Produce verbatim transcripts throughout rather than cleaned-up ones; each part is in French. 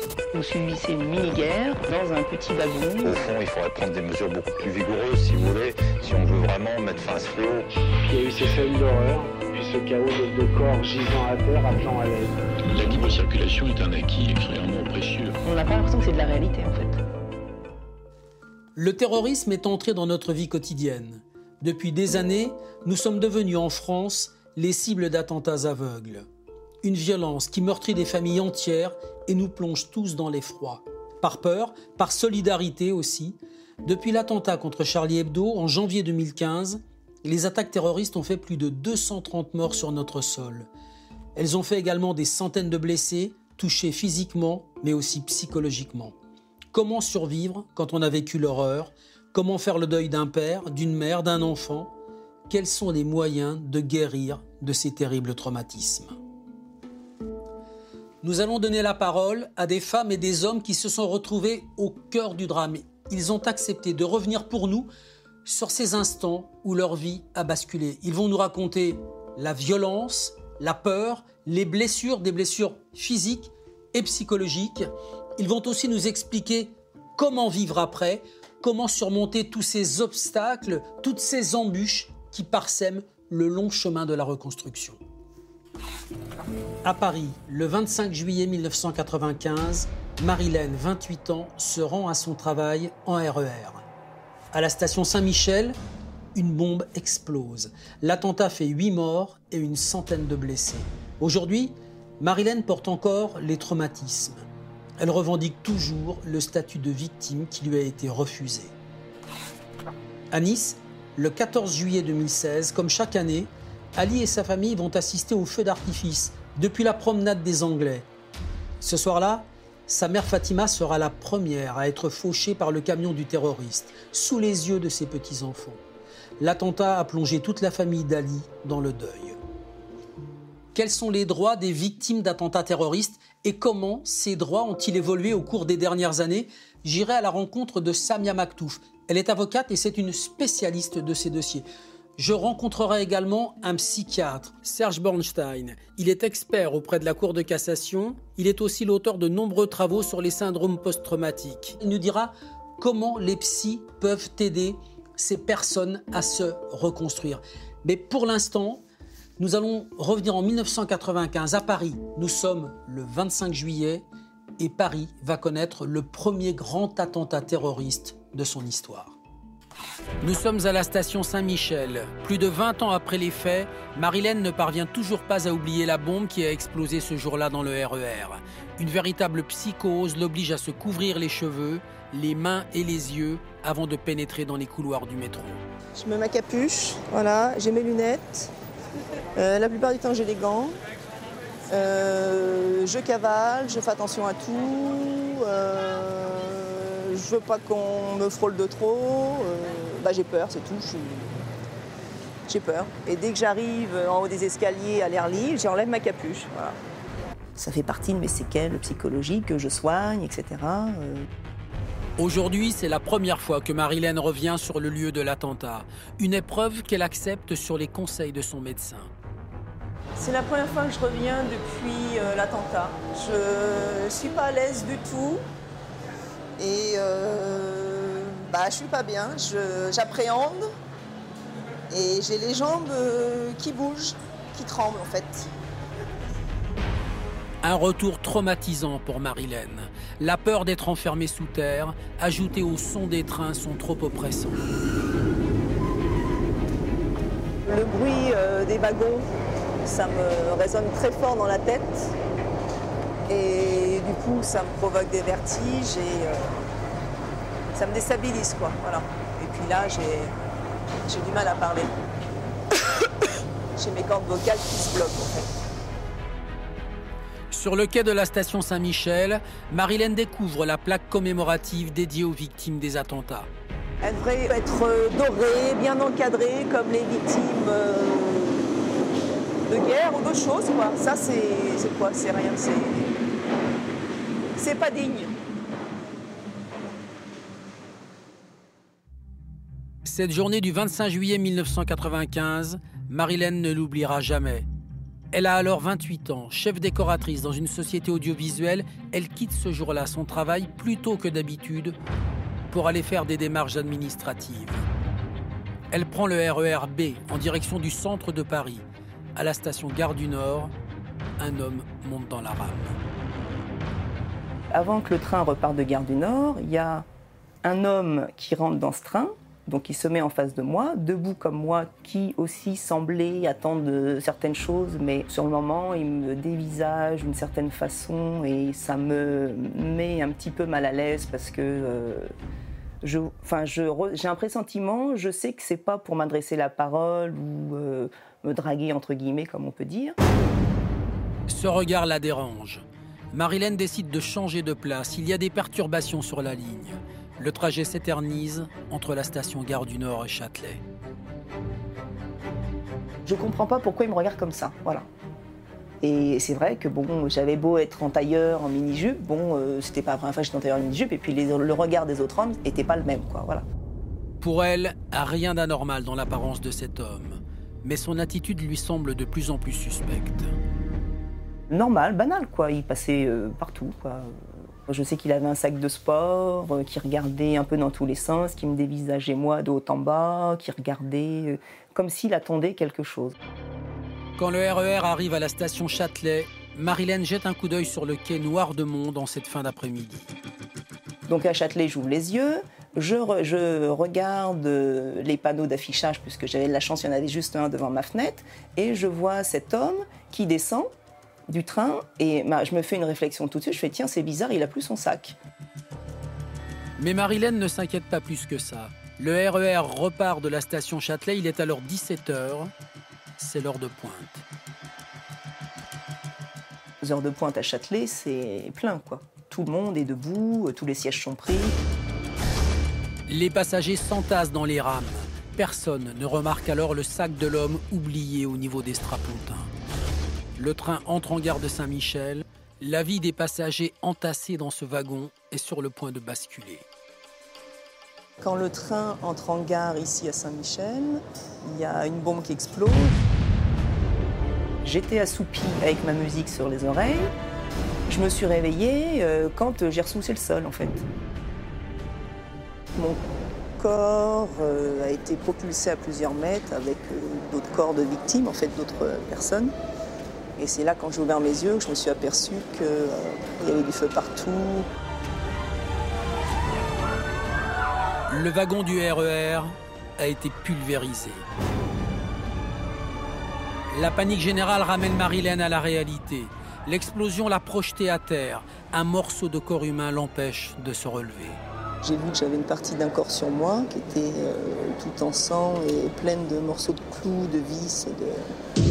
Vous subissez une mini-guerre dans un petit wagon. Au fond, il faudrait prendre des mesures beaucoup plus vigoureuses, si vous voulez, si on veut vraiment mettre fin à ce fléau. Il y a eu ces scènes d'horreur, puis ce chaos de, de corps gisant à terre, appelant à l'aide. La libre circulation est un acquis extrêmement précieux. On n'a pas l'impression que c'est de la réalité, en fait. Le terrorisme est entré dans notre vie quotidienne. Depuis des années, nous sommes devenus en France les cibles d'attentats aveugles. Une violence qui meurtrit des familles entières et nous plonge tous dans l'effroi. Par peur, par solidarité aussi, depuis l'attentat contre Charlie Hebdo en janvier deux mille quinze, les attaques terroristes ont fait plus de deux cent trente morts sur notre sol. Elles ont fait également des centaines de blessés, touchés physiquement, mais aussi psychologiquement. Comment survivre quand on a vécu l'horreur ? Comment faire le deuil d'un père, d'une mère, d'un enfant ? Quels sont les moyens de guérir de ces terribles traumatismes ? Nous allons donner la parole à des femmes et des hommes qui se sont retrouvés au cœur du drame. Ils ont accepté de revenir pour nous sur ces instants où leur vie a basculé. Ils vont nous raconter la violence, la peur, les blessures, des blessures physiques et psychologiques. Ils vont aussi nous expliquer comment vivre après, comment surmonter tous ces obstacles, toutes ces embûches qui parsèment le long chemin de la reconstruction. À Paris, le vingt-cinq juillet mille neuf cent quatre-vingt-quinze, Marilène, vingt-huit ans, se rend à son travail en R E R. À la station Saint-Michel, une bombe explose. L'attentat fait huit morts et une centaine de blessés. Aujourd'hui, Marilène porte encore les traumatismes. Elle revendique toujours le statut de victime qui lui a été refusé. À Nice, le quatorze juillet deux mille seize, comme chaque année, Ali et sa famille vont assister au feu d'artifice depuis la promenade des Anglais. Ce soir-là, sa mère Fatima sera la première à être fauchée par le camion du terroriste, sous les yeux de ses petits-enfants. L'attentat a plongé toute la famille d'Ali dans le deuil. Quels sont les droits des victimes d'attentats terroristes et comment ces droits ont-ils évolué au cours des dernières années ? J'irai à la rencontre de Samia Maktouf. Elle est avocate et c'est une spécialiste de ces dossiers. Je rencontrerai également un psychiatre, Serge Bornstein. Il est expert auprès de la Cour de cassation. Il est aussi l'auteur de nombreux travaux sur les syndromes post-traumatiques. Il nous dira comment les psys peuvent aider ces personnes à se reconstruire. Mais pour l'instant, nous allons revenir en mille neuf cent quatre-vingt-quinze à Paris. Nous sommes le vingt-cinq juillet et Paris va connaître le premier grand attentat terroriste de son histoire. Nous sommes à la station Saint-Michel. Plus de vingt ans après les faits, Marilène ne parvient toujours pas à oublier la bombe qui a explosé ce jour-là dans le R E R. Une véritable psychose l'oblige à se couvrir les cheveux, les mains et les yeux avant de pénétrer dans les couloirs du métro. Je mets ma capuche, voilà, j'ai mes lunettes. Euh, la plupart du temps, j'ai les gants. Euh, je cavale, je fais attention à tout. Euh, je veux pas qu'on me frôle de trop. Euh, bah, j'ai peur, c'est tout. Je suis... J'ai peur. Et dès que j'arrive en haut des escaliers à l'air libre, j'enlève ma capuche. Voilà. Ça fait partie de mes séquelles psychologiques que je soigne, et cetera. Euh... Aujourd'hui, c'est la première fois que Marilène revient sur le lieu de l'attentat. Une épreuve qu'elle accepte sur les conseils de son médecin. C'est la première fois que je reviens depuis euh, l'attentat. Je ne suis pas à l'aise du tout. Et euh, bah, je suis pas bien. Je, j'appréhende. Et j'ai les jambes euh, qui bougent, qui tremblent en fait. Un retour traumatisant pour Marilène. La peur d'être enfermée sous terre, ajoutée au son des trains, sont trop oppressants. Le bruit euh, des wagons, ça me résonne très fort dans la tête. Et du coup, ça me provoque des vertiges et euh, ça me déstabilise, quoi. Voilà. Et puis là, j'ai, j'ai du mal à parler. J'ai mes cordes vocales qui se bloquent, en fait. Sur le quai de la station Saint-Michel, Marilène découvre la plaque commémorative dédiée aux victimes des attentats. Elle devrait être dorée, bien encadrée, comme les victimes de guerre ou d'autres choses, quoi. Ça, c'est, c'est quoi ? C'est rien, c'est... C'est pas digne. Cette journée du vingt-cinq juillet mille neuf cent quatre-vingt-quinze, Marilène ne l'oubliera jamais. Elle a alors vingt-huit ans, chef décoratrice dans une société audiovisuelle. Elle quitte ce jour-là son travail plus tôt que d'habitude pour aller faire des démarches administratives. Elle prend le R E R B en direction du centre de Paris. À la station Gare du Nord, un homme monte dans la rame. Avant que le train reparte de Gare du Nord, il y a un homme qui rentre dans ce train. Donc il se met en face de moi, debout comme moi, qui aussi semblait attendre certaines choses, mais sur le moment, il me dévisage d'une certaine façon et ça me met un petit peu mal à l'aise parce que euh, je, enfin, je, j'ai un pressentiment, je sais que c'est pas pour m'adresser la parole ou euh, me draguer entre guillemets, comme on peut dire. Ce regard la dérange. Marilène décide de changer de place. Il y a des perturbations sur la ligne. Le trajet s'éternise entre la station Gare du Nord et Châtelet. Je comprends pas pourquoi il me regarde comme ça, voilà. Et c'est vrai que bon, j'avais beau être en tailleur, en mini-jupe, bon, euh, c'était pas la première fois que j'étais en tailleur en mini-jupe, et puis les, le regard des autres hommes n'était pas le même, quoi, voilà. Pour elle, rien d'anormal dans l'apparence de cet homme, mais son attitude lui semble de plus en plus suspecte. Normal, banal, quoi, il passait euh, partout, quoi. Je sais qu'il avait un sac de sport, euh, qui regardait un peu dans tous les sens, qui me dévisageait moi de haut en bas, qui regardait euh, comme s'il attendait quelque chose. Quand le R E R arrive à la station Châtelet, Marilène jette un coup d'œil sur le quai noir de monde en cette fin d'après-midi. Donc à Châtelet, j'ouvre les yeux, je, re, je regarde euh, les panneaux d'affichage, puisque j'avais de la chance, il y en avait juste un devant ma fenêtre, et je vois cet homme qui descend du train, et bah, je me fais une réflexion tout de suite, je fais tiens, c'est bizarre, il a plus son sac. Mais Marilène ne s'inquiète pas plus que ça. Le R E R repart de la station Châtelet, il est alors dix-sept heures, c'est l'heure de pointe. Les heures de pointe à Châtelet, c'est plein, quoi. Tout le monde est debout, tous les sièges sont pris. Les passagers s'entassent dans les rames. Personne ne remarque alors le sac de l'homme oublié au niveau des strapontins. Le train entre en gare de Saint-Michel. La vie des passagers entassés dans ce wagon est sur le point de basculer. Quand le train entre en gare ici à Saint-Michel, il y a une bombe qui explose. J'étais assoupie avec ma musique sur les oreilles. Je me suis réveillée euh, quand j'ai ressoussé le sol, en fait. Mon corps euh, a été propulsé à plusieurs mètres avec euh, d'autres corps de victimes, en fait, d'autres euh, personnes. Et c'est là, quand j'ai ouvert mes yeux, que je me suis aperçue qu'il euh, y avait du feu partout. Le wagon du R E R a été pulvérisé. La panique générale ramène Marilène à la réalité. L'explosion l'a projetée à terre. Un morceau de corps humain l'empêche de se relever. J'ai vu que j'avais une partie d'un corps sur moi qui était euh, tout en sang et pleine de morceaux de clous, de vis et de...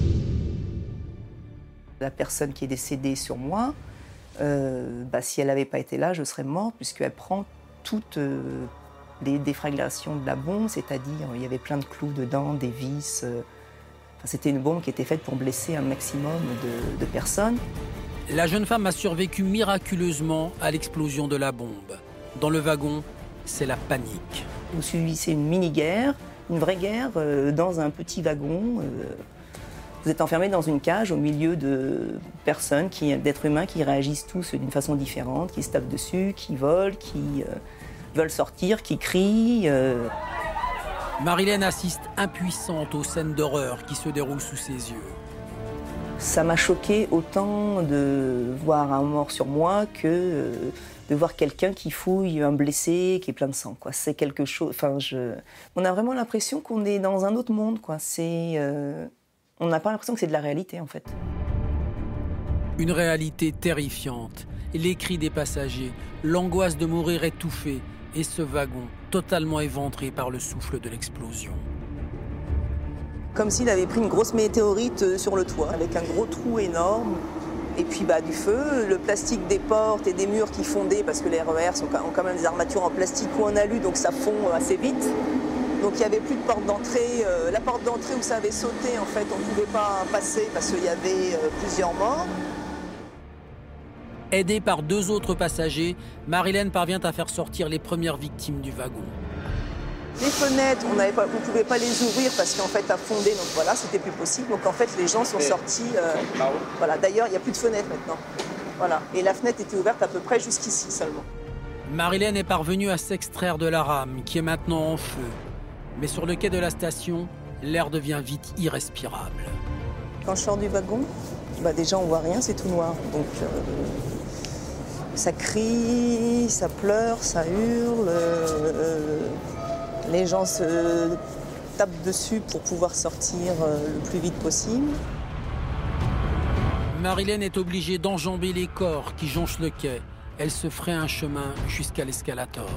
La personne qui est décédée sur moi, euh, bah, si elle n'avait pas été là, je serais morte puisqu'elle prend toutes euh, les déflagrations de la bombe, c'est-à-dire il y avait plein de clous dedans, des vis. Euh, enfin, c'était une bombe qui était faite pour blesser un maximum de, de personnes. La jeune femme a survécu miraculeusement à l'explosion de la bombe. Dans le wagon, c'est la panique. Vous subissez une mini-guerre, une vraie guerre euh, dans un petit wagon. Euh, Vous êtes enfermé dans une cage au milieu de personnes, qui, d'êtres humains qui réagissent tous d'une façon différente, qui se tapent dessus, qui volent, qui euh, veulent sortir, qui crient. Euh... Marilène assiste impuissante aux scènes d'horreur qui se déroulent sous ses yeux. Ça m'a choqué autant de voir un mort sur moi que euh, de voir quelqu'un qui fouille un blessé qui est plein de sang, quoi. C'est quelque chose. Enfin, je... On a vraiment l'impression qu'on est dans un autre monde, quoi. C'est. Euh... On n'a pas l'impression que c'est de la réalité, en fait. Une réalité terrifiante. Les cris des passagers, l'angoisse de mourir étouffé et ce wagon totalement éventré par le souffle de l'explosion. Comme s'il avait pris une grosse météorite sur le toit, avec un gros trou énorme. Et puis bah, du feu, le plastique des portes et des murs qui fondaient, parce que les R E R sont, ont quand même des armatures en plastique ou en alu, donc ça fond assez vite. Donc il n'y avait plus de porte d'entrée. Euh, la porte d'entrée où ça avait sauté, en fait, on ne pouvait pas passer parce qu'il y avait euh, plusieurs morts. Aidée par deux autres passagers, Marilène parvient à faire sortir les premières victimes du wagon. Les fenêtres, on n'avait pas, on ne pouvait pas les ouvrir parce qu'en fait, ça fondait, donc voilà, c'était plus possible. Donc en fait, les gens sont sortis. Euh, voilà. D'ailleurs, il n'y a plus de fenêtre maintenant. Voilà. Et la fenêtre était ouverte à peu près jusqu'ici seulement. Marilène est parvenue à s'extraire de la rame, qui est maintenant en feu. Mais sur le quai de la station, l'air devient vite irrespirable. Quand je sors du wagon, bah déjà on voit rien, c'est tout noir. Donc euh, ça crie, ça pleure, ça hurle. Euh, les gens se tapent dessus pour pouvoir sortir euh, le plus vite possible. Marilène est obligée d'enjamber les corps qui jonchent le quai. Elle se ferait un chemin jusqu'à l'escalator.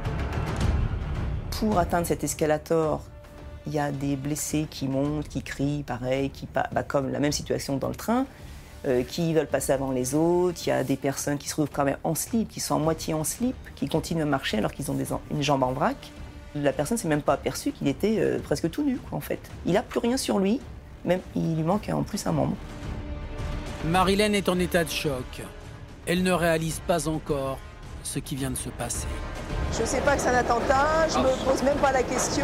Pour atteindre cet escalator, il y a des blessés qui montent, qui crient, pareil, qui, bah, comme la même situation dans le train, euh, qui veulent passer avant les autres. Il y a des personnes qui se retrouvent quand même en slip, qui sont en moitié en slip, qui continuent à marcher alors qu'ils ont des, une jambe en vrac. La personne ne s'est même pas aperçue qu'il était euh, presque tout nu, quoi, en fait. Il n'a plus rien sur lui, même il lui manque en plus un membre. Marilène est en état de choc. Elle ne réalise pas encore ce qui vient de se passer. Je ne sais pas que c'est un attentat, je ne me pose même pas la question.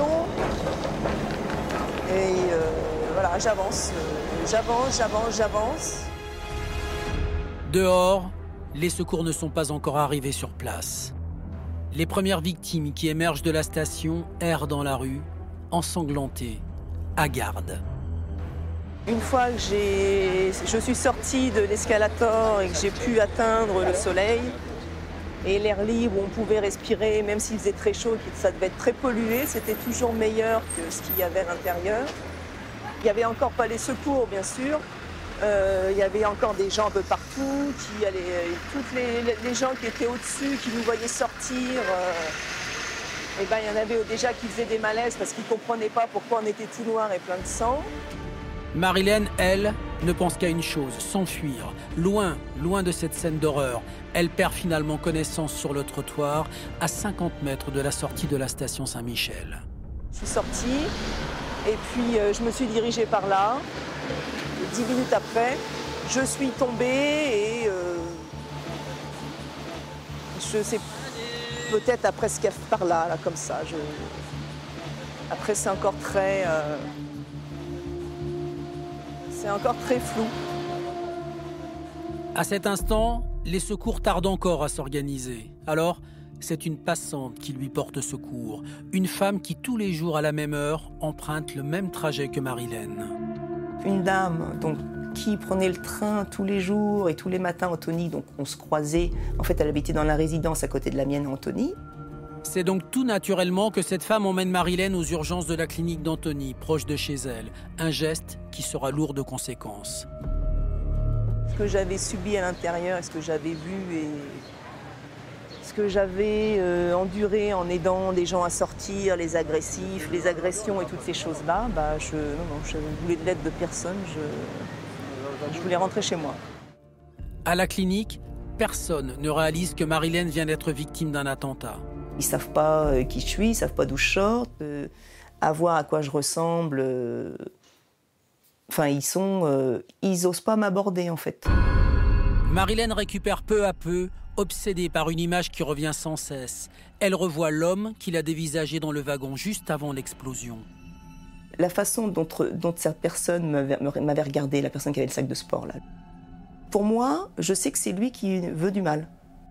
Et euh, voilà, j'avance, euh, j'avance, j'avance, j'avance. Dehors, les secours ne sont pas encore arrivés sur place. Les premières victimes qui émergent de la station errent dans la rue, ensanglantées, hagardes. Une fois que j'ai, je suis sortie de l'escalator et que j'ai pu atteindre le soleil et l'air libre où on pouvait respirer, même s'il faisait très chaud, que ça devait être très pollué, c'était toujours meilleur que ce qu'il y avait à l'intérieur. Il n'y avait encore pas les secours, bien sûr. Euh, il y avait encore des gens un peu partout, qui allaient, toutes les, les gens qui étaient au-dessus, qui nous voyaient sortir. Euh, et ben, il y en avait déjà qui faisaient des malaises parce qu'ils ne comprenaient pas pourquoi on était tout noir et plein de sang. Marilène, elle, ne pense qu'à une chose, s'enfuir. Loin, loin de cette scène d'horreur. Elle perd finalement connaissance sur le trottoir, à cinquante mètres de la sortie de la station Saint-Michel. Je suis sortie et puis euh, je me suis dirigée par là. Dix minutes après, je suis tombée et euh, je sais peut-être à presque par là, là comme ça. Je... Après, c'est encore très... Euh... C'est encore très flou. À cet instant, les secours tardent encore à s'organiser. Alors, c'est une passante qui lui porte secours. Une femme qui, tous les jours à la même heure, emprunte le même trajet que Marilène. Une dame donc, qui prenait le train tous les jours et tous les matins à Antony. Donc on se croisait. En fait, elle habitait dans la résidence à côté de la mienne à Antony. C'est donc tout naturellement que cette femme emmène Marilène aux urgences de la clinique d'Antony, proche de chez elle. Un geste qui sera lourd de conséquences. Ce que j'avais subi à l'intérieur et ce que j'avais vu et ce que j'avais euh, enduré en aidant des gens à sortir, les agressifs, les agressions et toutes ces choses-là, bah, je, non, non, je voulais de l'aide de personne, je, je voulais rentrer chez moi. À la clinique, personne ne réalise que Marilène vient d'être victime d'un attentat. Ils ne savent pas euh, qui je suis, ils ne savent pas d'où je sors, euh, à voir à quoi je ressemble. Euh... Enfin, ils sont, euh, ils n'osent pas m'aborder, en fait. Marilène récupère peu à peu, obsédée par une image qui revient sans cesse. Elle revoit l'homme qui l'a dévisagé dans le wagon juste avant l'explosion. La façon dont, dont cette personne m'avait, m'avait regardé, la personne qui avait le sac de sport, là. Pour moi, je sais que c'est lui qui veut du mal.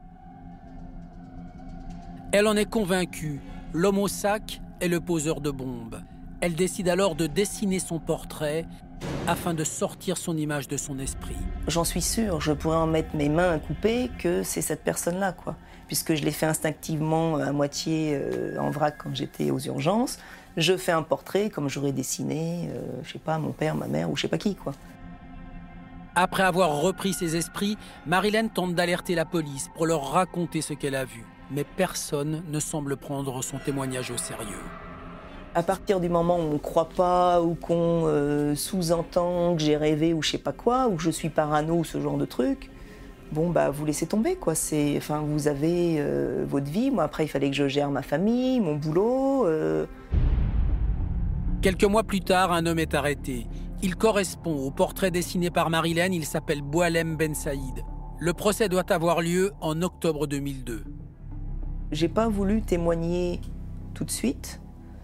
Elle en est convaincue. L'homme au sac est le poseur de bombes. Elle décide alors de dessiner son portrait afin de sortir son image de son esprit. J'en suis sûre, je pourrais en mettre mes mains à couper que c'est cette personne-là, quoi. Puisque je l'ai fait instinctivement à moitié euh, en vrac quand j'étais aux urgences. Je fais un portrait comme j'aurais dessiné, euh, je sais pas, mon père, ma mère ou je sais pas qui, quoi. Après avoir repris ses esprits, Marilène tente d'alerter la police pour leur raconter ce qu'elle a vu. Mais personne ne semble prendre son témoignage au sérieux. À partir du moment où on ne croit pas ou qu'on euh, sous-entend que j'ai rêvé ou je sais pas quoi, ou que je suis parano ou ce genre de truc, bon bah vous laissez tomber quoi. C'est, enfin vous avez euh, votre vie. Moi après il fallait que je gère ma famille, mon boulot. Euh... Quelques mois plus tard, un homme est arrêté. Il correspond au portrait dessiné par Marilène. Il s'appelle Boualem Ben Saïd. Le procès doit avoir lieu en octobre deux mille deux. J'ai pas voulu témoigner tout de suite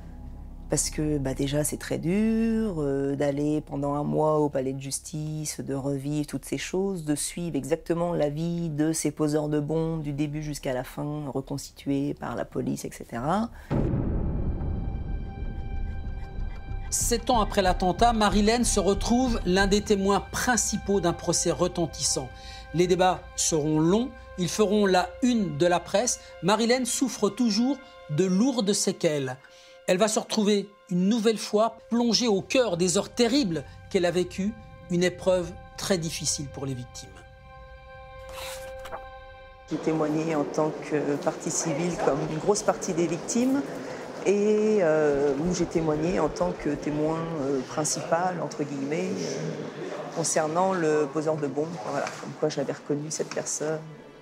Parce que bah, déjà, c'est très dur euh, d'aller pendant un mois au palais de justice, de revivre toutes ces choses, de suivre exactement la vie de ces poseurs de bombes du début jusqu'à la fin, reconstitués par la police, et cetera. Sept ans après l'attentat, Marilène se retrouve l'un des témoins principaux d'un procès retentissant. Les débats seront longs, ils feront la une de la presse. Marilène souffre toujours de lourdes séquelles. Elle va se retrouver une nouvelle fois plongée au cœur des heures terribles qu'elle a vécues, une épreuve très difficile pour les victimes. J'ai témoigné en tant que partie civile comme une grosse partie des victimes et euh, où j'ai témoigné en tant que témoin euh, principal, entre guillemets, euh, concernant le poseur de bombes. Voilà, comme quoi j'avais reconnu cette personne.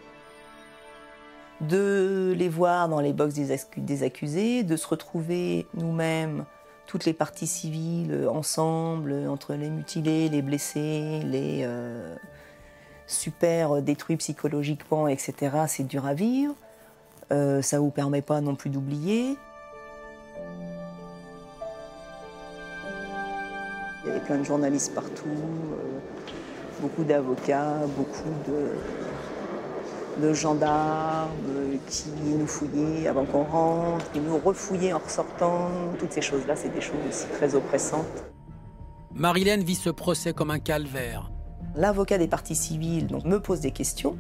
De les voir dans les box des, des accusés, de se retrouver nous-mêmes, toutes les parties civiles, ensemble, entre les mutilés, les blessés, les euh, super détruits psychologiquement, et cetera. C'est dur à vivre. Euh, ça ne vous permet pas non plus d'oublier. Il y avait plein de journalistes partout, euh, beaucoup d'avocats, beaucoup de... de gendarmes qui nous fouillaient avant qu'on rentre, qui nous refouillaient en ressortant. Toutes ces choses-là, c'est des choses aussi très oppressantes. Marilène vit ce procès comme un calvaire. L'avocat des parties civiles donc, me pose des questions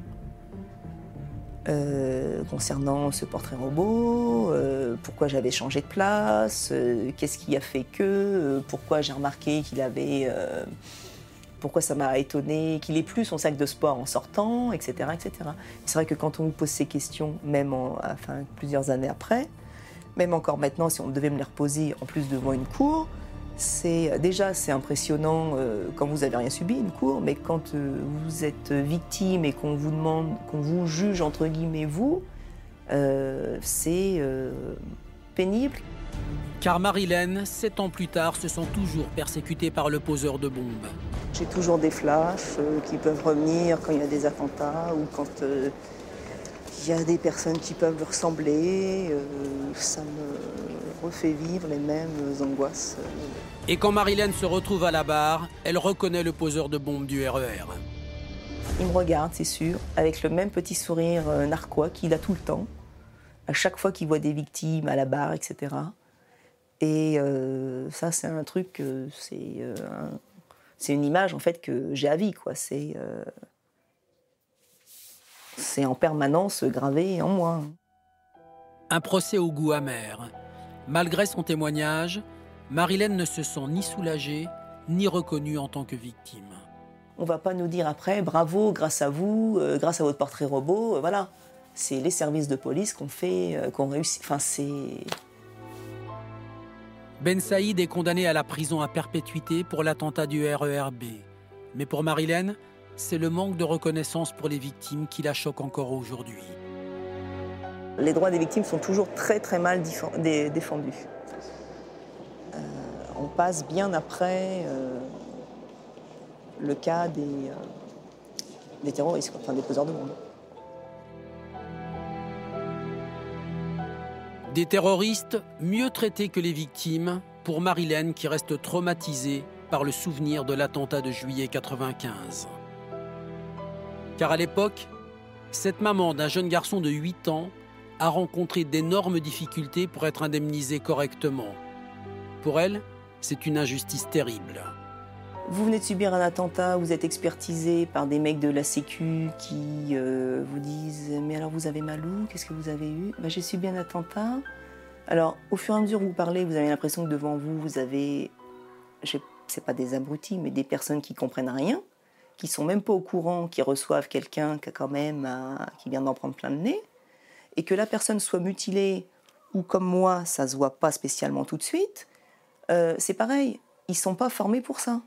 euh, concernant ce portrait robot, euh, pourquoi j'avais changé de place, euh, qu'est-ce qui a fait que, euh, pourquoi j'ai remarqué qu'il avait... Euh, Pourquoi ça m'a étonné qu'il ait plus son sac de sport en sortant, et cetera, et cetera. C'est vrai que quand on vous pose ces questions, même en, enfin, plusieurs années après, même encore maintenant, si on devait me les reposer en plus devant une cour, c'est, déjà c'est impressionnant euh, quand vous n'avez rien subi, une cour, mais quand euh, vous êtes victime et qu'on vous demande, qu'on vous juge entre guillemets vous, euh, c'est euh, pénible. Car Marilène, sept ans plus tard, se sent toujours persécutée par le poseur de bombes. J'ai toujours des flashs euh, qui peuvent revenir quand il y a des attentats ou quand euh, il y a des personnes qui peuvent lui ressembler. Euh, ça me refait vivre les mêmes angoisses. Et quand Marilène se retrouve à la barre, elle reconnaît le poseur de bombes du R E R. Il me regarde, c'est sûr, avec le même petit sourire euh, narquois qu'il a tout le temps, à chaque fois qu'il voit des victimes à la barre, et cetera. Et euh, ça, c'est un truc, euh, c'est, euh, un, c'est une image en fait que j'ai à vie, quoi. C'est, euh, c'est en permanence gravé en moi. Un procès au goût amer. Malgré son témoignage, Marilène ne se sent ni soulagée, ni reconnue en tant que victime. On ne va pas nous dire après, bravo, grâce à vous, euh, grâce à votre portrait robot, euh, voilà. C'est les services de police qu'on fait, euh, qu'on réussit. Enfin, c'est... Ben Saïd est condamné à la prison à perpétuité pour l'attentat du R E R B. Mais pour Marilène, c'est le manque de reconnaissance pour les victimes qui la choque encore aujourd'hui. Les droits des victimes sont toujours très très mal défendus. Euh, on passe bien après euh, le cas des, euh, des terroristes, enfin des poseurs de bombes. Des terroristes mieux traités que les victimes pour Marilène qui reste traumatisée par le souvenir de l'attentat de juillet quatre-vingt-quinze. Car à l'époque, cette maman d'un jeune garçon de huit ans a rencontré d'énormes difficultés pour être indemnisée correctement. Pour elle, c'est une injustice terrible. Vous venez de subir un attentat, vous êtes expertisé par des mecs de la Sécu qui euh, vous disent « Mais alors vous avez mal où? Qu'est-ce que vous avez eu ?»« Ben, j'ai subi un attentat. » Alors, au fur et à mesure que vous parlez, vous avez l'impression que devant vous, vous avez, je, c'est pas des abrutis, mais des personnes qui comprennent rien, qui sont même pas au courant, qui reçoivent quelqu'un qui a quand même, euh, qui vient d'en prendre plein le nez, et que la personne soit mutilée, ou comme moi, ça se voit pas spécialement tout de suite, euh, c'est pareil, ils sont pas formés pour ça.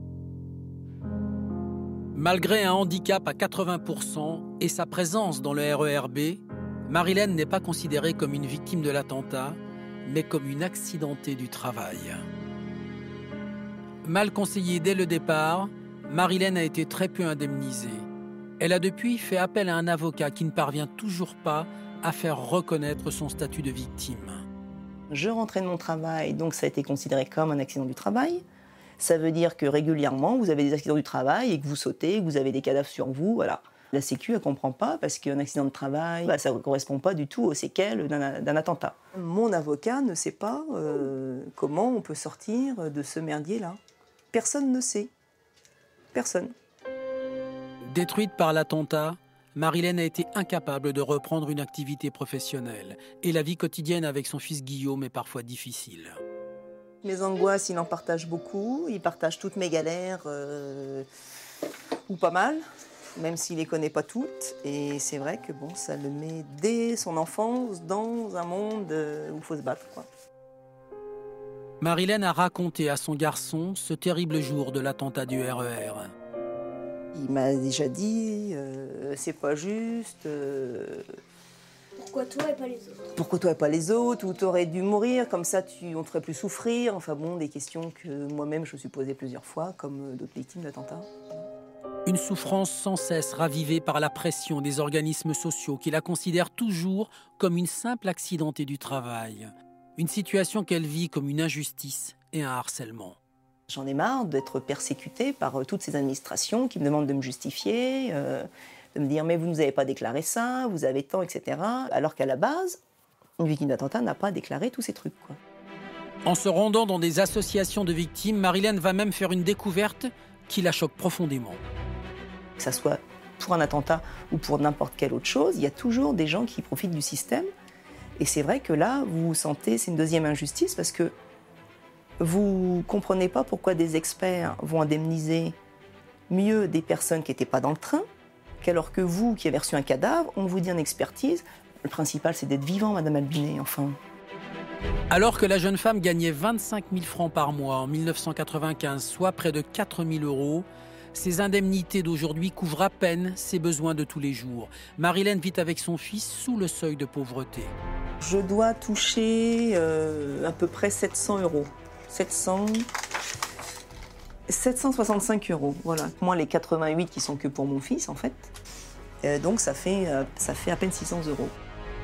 Malgré un handicap à quatre-vingts pour cent et sa présence dans le R E R B, Marilène n'est pas considérée comme une victime de l'attentat, mais comme une accidentée du travail. Mal conseillée dès le départ, Marilène a été très peu indemnisée. Elle a depuis fait appel à un avocat qui ne parvient toujours pas à faire reconnaître son statut de victime. Je rentrais de mon travail, donc ça a été considéré comme un accident du travail. Ça veut dire que régulièrement, vous avez des accidents du travail et que vous sautez, que vous avez des cadavres sur vous, voilà. La Sécu, elle ne comprend pas parce qu'un accident de travail, bah, ça ne correspond pas du tout aux séquelles d'un, d'un attentat. Mon avocat ne sait pas euh, comment on peut sortir de ce merdier-là. Personne ne sait. Personne. Détruite par l'attentat, Marilène a été incapable de reprendre une activité professionnelle. Et la vie quotidienne avec son fils Guillaume est parfois difficile. Mes angoisses, il en partage beaucoup. Il partage toutes mes galères, euh, ou pas mal, même s'il ne les connaît pas toutes. Et c'est vrai que bon, ça le met dès son enfance dans un monde où il faut se battre, quoi. Marilène a raconté à son garçon ce terrible jour de l'attentat du R E R. Il m'a déjà dit, euh, c'est pas juste. Euh, Pourquoi toi et pas les autres? Pourquoi toi et pas les autres? Ou t'aurais dû mourir, comme ça tu, on te ferait plus souffrir. Enfin bon, des questions que moi-même je me suis posées plusieurs fois, comme d'autres victimes d'attentats. Une souffrance sans cesse ravivée par la pression des organismes sociaux qui la considèrent toujours comme une simple accidentée du travail. Une situation qu'elle vit comme une injustice et un harcèlement. J'en ai marre d'être persécutée par toutes ces administrations qui me demandent de me justifier, euh, de me dire « mais vous ne nous avez pas déclaré ça, vous avez tant, et cetera » Alors qu'à la base, une victime d'attentat n'a pas déclaré tous ces trucs, quoi. En se rendant dans des associations de victimes, Marilène va même faire une découverte qui la choque profondément. Que ça soit pour un attentat ou pour n'importe quelle autre chose, il y a toujours des gens qui profitent du système. Et c'est vrai que là, vous vous sentez, c'est une deuxième injustice parce que vous ne comprenez pas pourquoi des experts vont indemniser mieux des personnes qui n'étaient pas dans le train, qu'alors que vous, qui avez reçu un cadavre, on vous dit en expertise, le principal c'est d'être vivant, Madame Albinet, enfin. Alors que la jeune femme gagnait vingt-cinq mille francs par mois en mille neuf cent quatre-vingt-quinze, soit près de quatre mille euros, ses indemnités d'aujourd'hui couvrent à peine ses besoins de tous les jours. Marilène vit avec son fils sous le seuil de pauvreté. Je dois toucher euh, à peu près sept cents euros. sept cents... sept cent soixante-cinq euros, voilà. Moins les quatre-vingt-huit qui sont que pour mon fils, en fait. Euh, donc ça fait, euh, ça fait à peine six cents euros.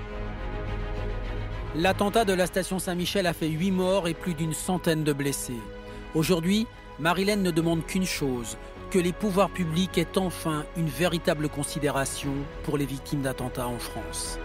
L'attentat de la station Saint-Michel a fait huit morts et plus d'une centaine de blessés. Aujourd'hui, Marilène ne demande qu'une chose, que les pouvoirs publics aient enfin une véritable considération pour les victimes d'attentats en France.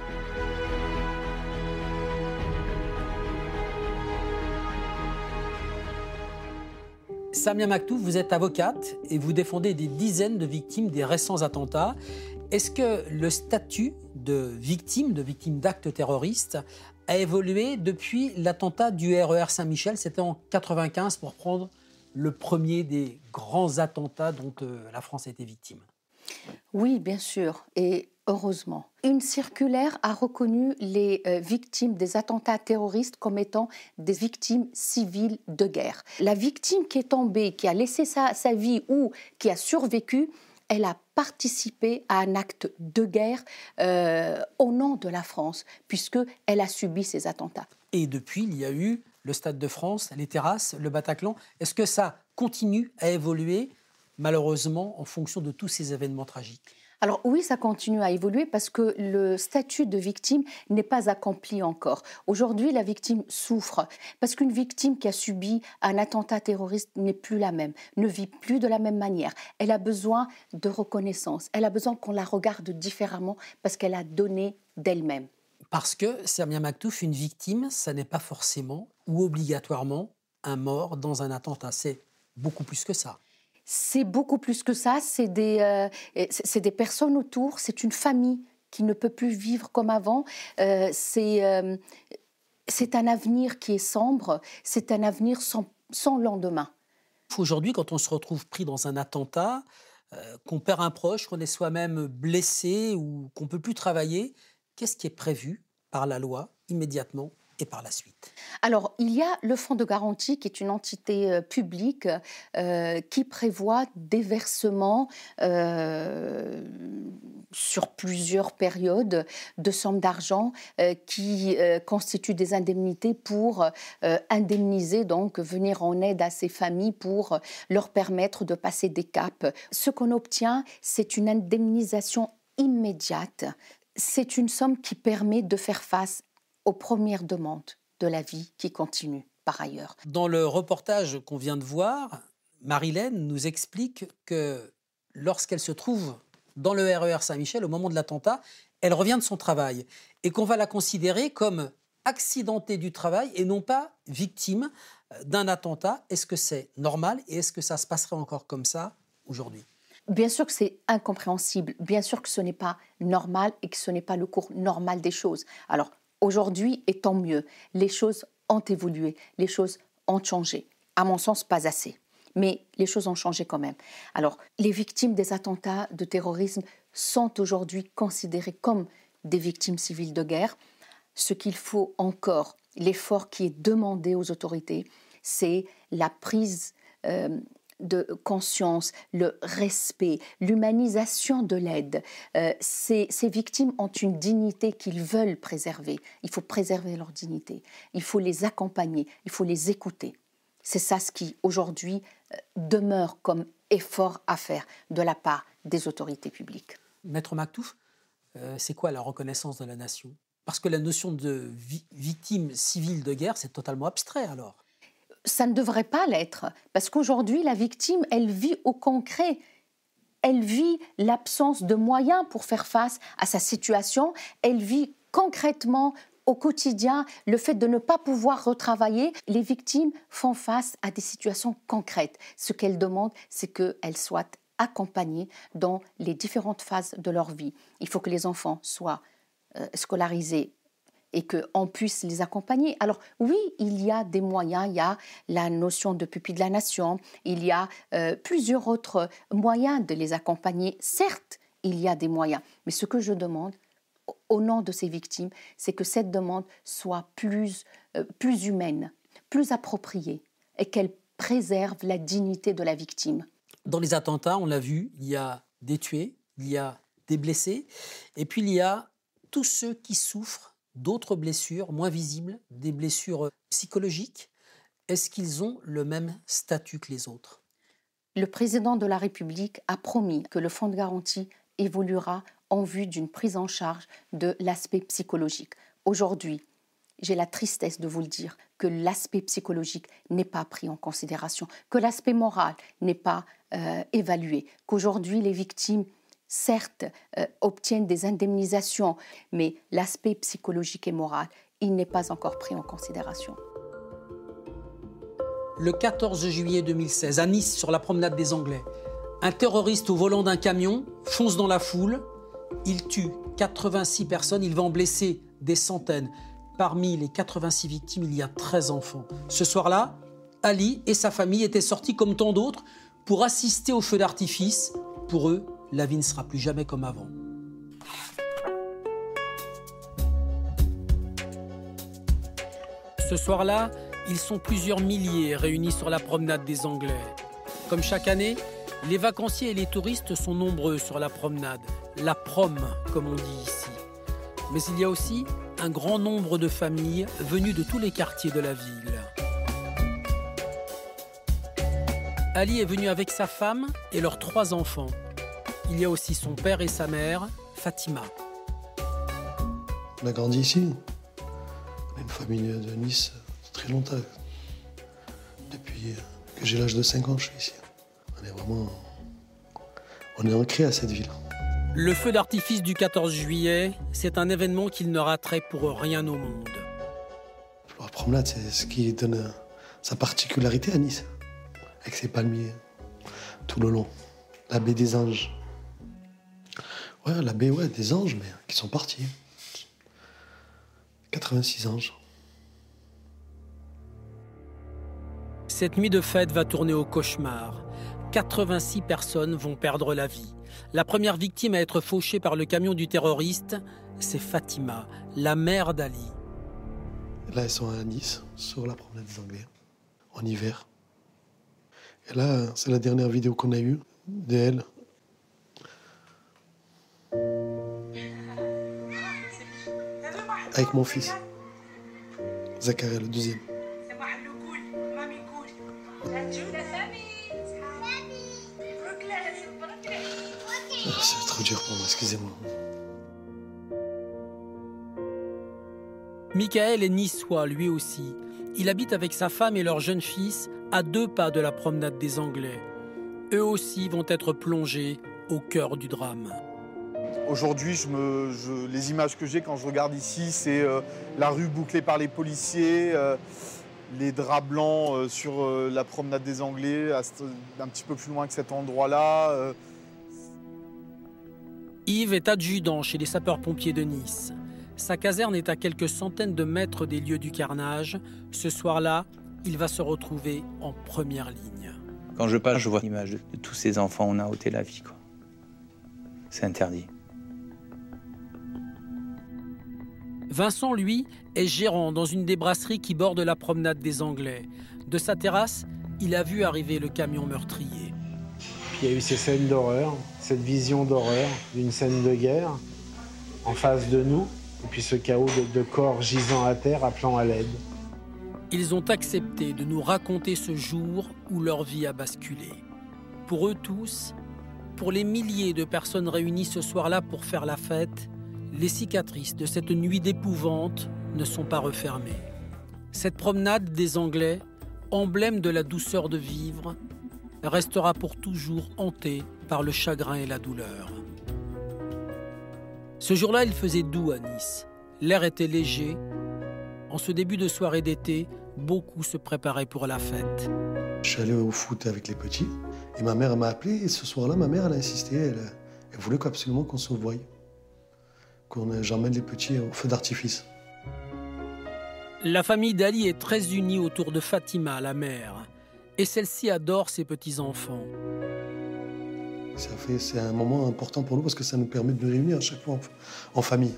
Samia Maktouf, vous êtes avocate et vous défendez des dizaines de victimes des récents attentats. Est-ce que le statut de victime, de victime d'actes terroristes, a évolué depuis l'attentat du R E R Saint-Michel? C'était en quatre-vingt-quinze pour prendre le premier des grands attentats dont euh, la France a été victime. Oui, bien sûr, et heureusement. Une circulaire a reconnu les euh, victimes des attentats terroristes comme étant des victimes civiles de guerre. La victime qui est tombée, qui a laissé sa, sa vie ou qui a survécu, elle a participé à un acte de guerre euh, au nom de la France, puisqu'elle a subi ces attentats. Et depuis, il y a eu le Stade de France, les terrasses, le Bataclan. Est-ce que ça continue à évoluer, malheureusement, en fonction de tous ces événements tragiques ? Alors oui, ça continue à évoluer parce que le statut de victime n'est pas accompli encore. Aujourd'hui, la victime souffre parce qu'une victime qui a subi un attentat terroriste n'est plus la même, ne vit plus de la même manière. Elle a besoin de reconnaissance, elle a besoin qu'on la regarde différemment parce qu'elle a donné d'elle-même. Parce que, Samia Maktouf, une victime, ça n'est pas forcément ou obligatoirement un mort dans un attentat. C'est beaucoup plus que ça. C'est beaucoup plus que ça, c'est des, euh, c'est des personnes autour, c'est une famille qui ne peut plus vivre comme avant, euh, c'est, euh, c'est un avenir qui est sombre, c'est un avenir sans, sans lendemain. Aujourd'hui, quand on se retrouve pris dans un attentat, euh, qu'on perd un proche, qu'on est soi-même blessé ou qu'on ne peut plus travailler, qu'est-ce qui est prévu par la loi immédiatement et par la suite? Alors, il y a le Fonds de garantie qui est une entité euh, publique euh, qui prévoit des versements euh, sur plusieurs périodes de sommes d'argent euh, qui euh, constituent des indemnités pour euh, indemniser, donc venir en aide à ces familles pour leur permettre de passer des caps. Ce qu'on obtient, c'est une indemnisation immédiate. C'est une somme qui permet de faire face aux premières demandes de la vie qui continue par ailleurs. Dans le reportage qu'on vient de voir, Marilène nous explique que lorsqu'elle se trouve dans le R E R Saint-Michel au moment de l'attentat, elle revient de son travail et qu'on va la considérer comme accidentée du travail et non pas victime d'un attentat. Est-ce que c'est normal et est-ce que ça se passerait encore comme ça aujourd'hui ? Bien sûr que c'est incompréhensible, bien sûr que ce n'est pas normal et que ce n'est pas le cours normal des choses. Alors aujourd'hui, et tant mieux, les choses ont évolué, les choses ont changé. À mon sens, pas assez, mais les choses ont changé quand même. Alors, les victimes des attentats de terrorisme sont aujourd'hui considérées comme des victimes civiles de guerre. Ce qu'il faut encore, l'effort qui est demandé aux autorités, c'est la prise euh, de conscience, le respect, l'humanisation de l'aide. Euh, ces, ces victimes ont une dignité qu'ils veulent préserver. Il faut préserver leur dignité. Il faut les accompagner, il faut les écouter. C'est ça ce qui, aujourd'hui, euh, demeure comme effort à faire de la part des autorités publiques. Maître Maktouf, euh, c'est quoi la reconnaissance de la nation ? Parce que la notion de vi- victime civile de guerre, c'est totalement abstrait alors. Ça ne devrait pas l'être, parce qu'aujourd'hui, la victime, elle vit au concret. Elle vit l'absence de moyens pour faire face à sa situation. Elle vit concrètement, au quotidien, le fait de ne pas pouvoir retravailler. Les victimes font face à des situations concrètes. Ce qu'elles demandent, c'est qu'elles soient accompagnées dans les différentes phases de leur vie. Il faut que les enfants soient euh, scolarisés et qu'on puisse les accompagner. Alors oui, il y a des moyens, il y a la notion de pupille de la nation, il y a euh, plusieurs autres moyens de les accompagner. Certes, il y a des moyens, mais ce que je demande au nom de ces victimes, c'est que cette demande soit plus, euh, plus humaine, plus appropriée et qu'elle préserve la dignité de la victime. Dans les attentats, on l'a vu, il y a des tués, il y a des blessés, et puis il y a tous ceux qui souffrent d'autres blessures moins visibles, des blessures psychologiques. Est-ce qu'ils ont le même statut que les autres ? Le président de la République a promis que le fonds de garantie évoluera en vue d'une prise en charge de l'aspect psychologique. Aujourd'hui, j'ai la tristesse de vous le dire, que l'aspect psychologique n'est pas pris en considération, que l'aspect moral n'est pas euh, évalué, qu'aujourd'hui les victimes certes, euh, obtiennent des indemnisations, mais l'aspect psychologique et moral, il n'est pas encore pris en considération. Le quatorze juillet deux mille seize, à Nice, sur la promenade des Anglais, un terroriste au volant d'un camion fonce dans la foule. Il tue quatre-vingt-six personnes, il va en blesser des centaines. Parmi les quatre-vingt-six victimes, il y a treize enfants. Ce soir-là, Ali et sa famille étaient sortis comme tant d'autres pour assister au feu d'artifice. Pour eux, la vie ne sera plus jamais comme avant. Ce soir-là, ils sont plusieurs milliers réunis sur la promenade des Anglais. Comme chaque année, les vacanciers et les touristes sont nombreux sur la promenade, la prom, comme on dit ici. Mais il y a aussi un grand nombre de familles venues de tous les quartiers de la ville. Ali est venu avec sa femme et leurs trois enfants. Il y a aussi son père et sa mère, Fatima. On a grandi ici. On est une famille de Nice très longtemps. Depuis que j'ai l'âge de cinq ans, je suis ici. On est vraiment... On est ancré à cette ville. Le feu d'artifice du quatorze juillet, c'est un événement qu'il ne raterait pour rien au monde. La promenade, c'est ce qui donne sa particularité à Nice. Avec ses palmiers tout le long. La baie des Anges. Ouais, la baie ouais, des anges, mais qui sont partis. quatre-vingt-six anges. Cette nuit de fête va tourner au cauchemar. quatre-vingt-six personnes vont perdre la vie. La première victime à être fauchée par le camion du terroriste, c'est Fatima, la mère d'Ali. Là, elles sont à Nice, sur la promenade des Anglais, en hiver. Et là, c'est la dernière vidéo qu'on a eue d'elle. Avec mon fils, Zakaria, le deuxième. C'est trop dur pour moi, excusez-moi. Michael est niçois, lui aussi. Il habite avec sa femme et leur jeune fils à deux pas de la promenade des Anglais. Eux aussi vont être plongés au cœur du drame. Aujourd'hui, je me, je, les images que j'ai quand je regarde ici, c'est euh, la rue bouclée par les policiers, euh, les draps blancs euh, sur euh, la promenade des Anglais, à, un petit peu plus loin que cet endroit-là. Euh. Yves est adjudant chez les sapeurs-pompiers de Nice. Sa caserne est à quelques centaines de mètres des lieux du carnage. Ce soir-là, il va se retrouver en première ligne. Quand je passe, je vois l'image de, de tous ces enfants, on a ôté la vie, quoi. C'est interdit. Vincent, lui, est gérant dans une des brasseries qui borde la promenade des Anglais. De sa terrasse, il a vu arriver le camion meurtrier. Puis il y a eu ces scènes d'horreur, cette vision d'horreur d'une scène de guerre en face de nous, et puis ce chaos de, de corps gisant à terre appelant à l'aide. Ils ont accepté de nous raconter ce jour où leur vie a basculé. Pour eux tous, pour les milliers de personnes réunies ce soir-là pour faire la fête, les cicatrices de cette nuit d'épouvante ne sont pas refermées. Cette promenade des Anglais, emblème de la douceur de vivre, restera pour toujours hantée par le chagrin et la douleur. Ce jour-là, il faisait doux à Nice. L'air était léger. En ce début de soirée d'été, beaucoup se préparaient pour la fête. Je suis allé au foot avec les petits et ma mère m'a appelé. Et ce soir-là, ma mère elle a insisté. Elle, elle voulait absolument qu'on se voie, qu'on j'emmène les petits au feu d'artifice. La famille d'Ali est très unie autour de Fatima, la mère. Et celle-ci adore ses petits-enfants. Ça fait, c'est un moment important pour nous parce que ça nous permet de nous réunir à chaque fois en, en famille.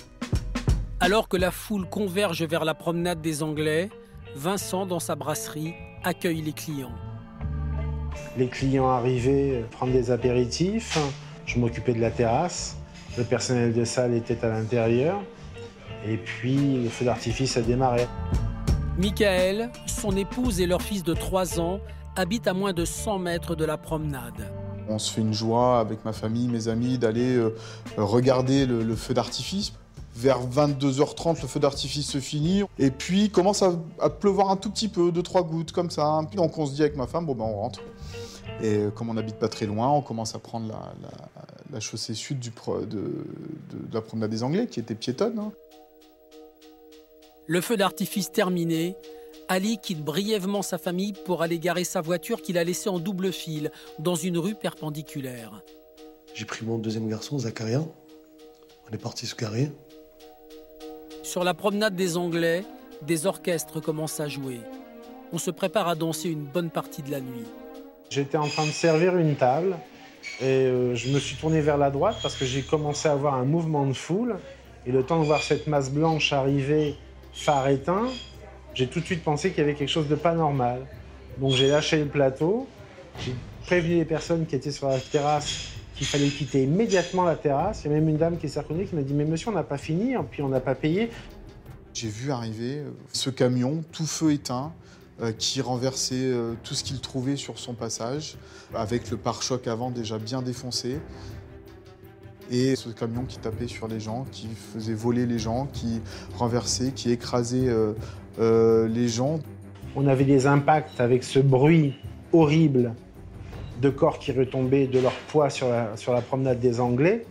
Alors que la foule converge vers la promenade des Anglais, Vincent, dans sa brasserie, accueille les clients. Les clients arrivaient prendre des apéritifs, je m'occupais de la terrasse, le personnel de salle était à l'intérieur, et puis le feu d'artifice a démarré. Michael, son épouse et leur fils de trois ans habitent à moins de cent mètres de la promenade. On se fait une joie avec ma famille, mes amis, d'aller euh, regarder le, le feu d'artifice. Vers vingt-deux heures trente, le feu d'artifice se finit. Et puis, il commence à, à pleuvoir un tout petit peu, deux, trois gouttes, comme ça. Donc, on se dit avec ma femme, bon, ben, on rentre. Et comme on n'habite pas très loin, on commence à prendre la, la, la chaussée sud du pro, de, de, de la promenade des Anglais, qui était piétonne. Hein. Le feu d'artifice terminé, Ali quitte brièvement sa famille pour aller garer sa voiture qu'il a laissée en double fil dans une rue perpendiculaire. J'ai pris mon deuxième garçon, Zacharia. On est parti se garer. Sur la promenade des Anglais, des orchestres commencent à jouer. On se prépare à danser une bonne partie de la nuit. J'étais en train de servir une table et euh, je me suis tourné vers la droite parce que j'ai commencé à avoir un mouvement de foule. Et le temps de voir cette masse blanche arriver, phare éteint, j'ai tout de suite pensé qu'il y avait quelque chose de pas normal. Donc j'ai lâché le plateau, j'ai prévenu les personnes qui étaient sur la terrasse qu'il fallait quitter immédiatement la terrasse. Il y a même une dame qui s'est reconnue qui m'a dit « Mais monsieur, on n'a pas fini, puis on n'a pas payé ». J'ai vu arriver ce camion, tout feu éteint, euh, qui renversait euh, tout ce qu'il trouvait sur son passage, avec le pare-choc avant déjà bien défoncé. Et ce camion qui tapait sur les gens, qui faisait voler les gens, qui renversait, qui écrasait euh, euh, les gens. On avait des impacts avec ce bruit horrible de corps qui retombaient de leur poids sur la, sur la promenade des Anglais.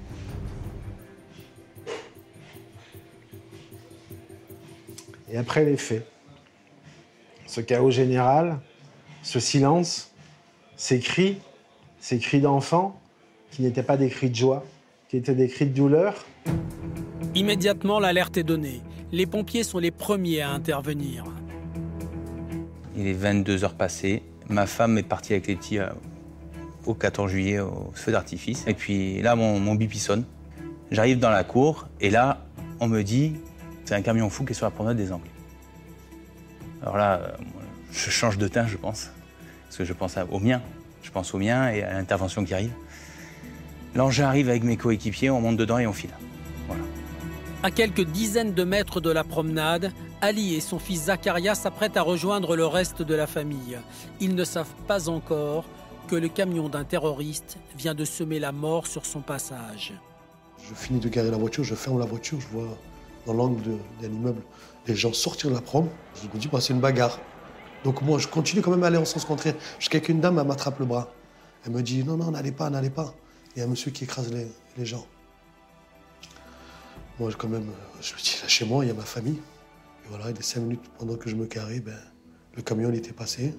Et après les faits, ce chaos général, ce silence, ces cris, ces cris d'enfants qui n'étaient pas des cris de joie, qui étaient des cris de douleur. Immédiatement, l'alerte est donnée. Les pompiers sont les premiers à intervenir. Il est vingt-deux heures passées. Ma femme est partie avec les petits euh, au quatorze juillet au feu d'artifice. Et puis là, mon, mon bip sonne. J'arrive dans la cour et là, on me dit c'est un camion fou qui est sur la promenade des Anglais. Alors là, euh, je change de teint, je pense. Parce que je pense à, au mien. Je pense au mien et à l'intervention qui arrive. L'engin arrive avec mes coéquipiers, on monte dedans et on file. Voilà. À quelques dizaines de mètres de la promenade, Ali et son fils Zacharia s'apprêtent à rejoindre le reste de la famille. Ils ne savent pas encore que le camion d'un terroriste vient de semer la mort sur son passage. Je finis de garer la voiture, je ferme la voiture, je vois dans l'angle de, de l'immeuble, les gens sortir de la prom. Je me dis, bah, c'est une bagarre. Donc moi, je continue quand même à aller en sens contraire. Jusqu'à qu'une dame, elle m'attrape le bras. Elle me dit, non, non, n'allez pas, n'allez pas. Il y a un monsieur qui écrase les, les gens. Moi, quand même, je me dis, là, chez moi, il y a ma famille. Et voilà, et les cinq minutes pendant que je me carrais, ben, le camion il était passé.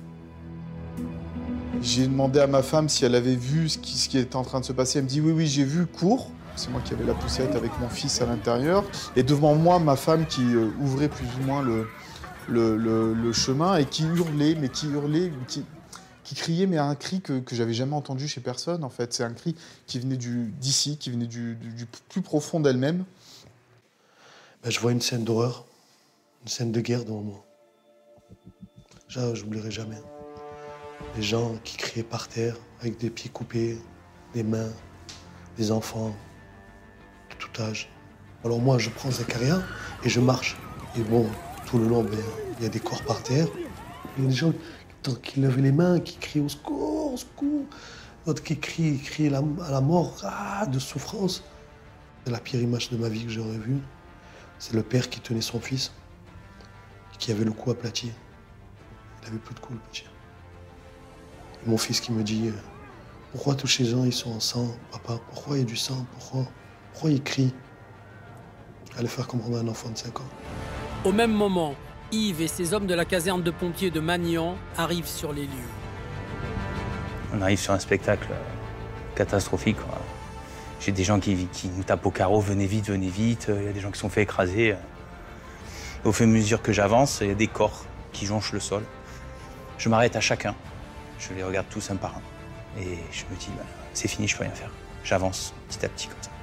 J'ai demandé à ma femme si elle avait vu ce qui, ce qui était en train de se passer. Elle me dit, oui, oui, j'ai vu, cours. C'est moi qui avais la poussette avec mon fils à l'intérieur. Et devant moi, ma femme qui euh, ouvrait plus ou moins le, le, le, le chemin et qui hurlait, mais qui hurlait, qui, qui criait, mais un cri que, que j'avais jamais entendu chez personne, en fait. C'est un cri qui venait du, d'ici, qui venait du, du, du plus profond d'elle-même. Ben, je vois une scène d'horreur, une scène de guerre devant moi. Ça, je n'oublierai jamais. Les gens qui criaient par terre, avec des pieds coupés, des mains, des enfants, de tout âge. Alors moi, je prends Zacharia et je marche. Et bon, tout le long, ben, il y a des corps par terre. Il y a des gens qui levaient les mains, qui crient au secours, au secours. D'autres qui crient, crient à la mort, ah, de souffrance. C'est la pire image de ma vie que j'aurais vue. C'est le père qui tenait son fils, qui avait le cou aplati. Il n'avait plus de cou, le petit. Et mon fils qui me dit, pourquoi tous ces gens ils sont en sang, papa? Pourquoi il y a du sang? Pourquoi, pourquoi ils crient? Allez faire comprendre à un enfant de cinq ans. Au même moment, Yves et ses hommes de la caserne de pompiers de Magnan arrivent sur les lieux. On arrive sur un spectacle catastrophique, quoi. J'ai des gens qui, qui nous tapent au carreau, venez vite, venez vite. Il y a des gens qui se sont fait écraser. Au fur et à mesure que j'avance, il y a des corps qui jonchent le sol. Je m'arrête à chacun. Je les regarde tous un par un. Et je me dis, bah, c'est fini, je peux rien faire. J'avance petit à petit comme ça.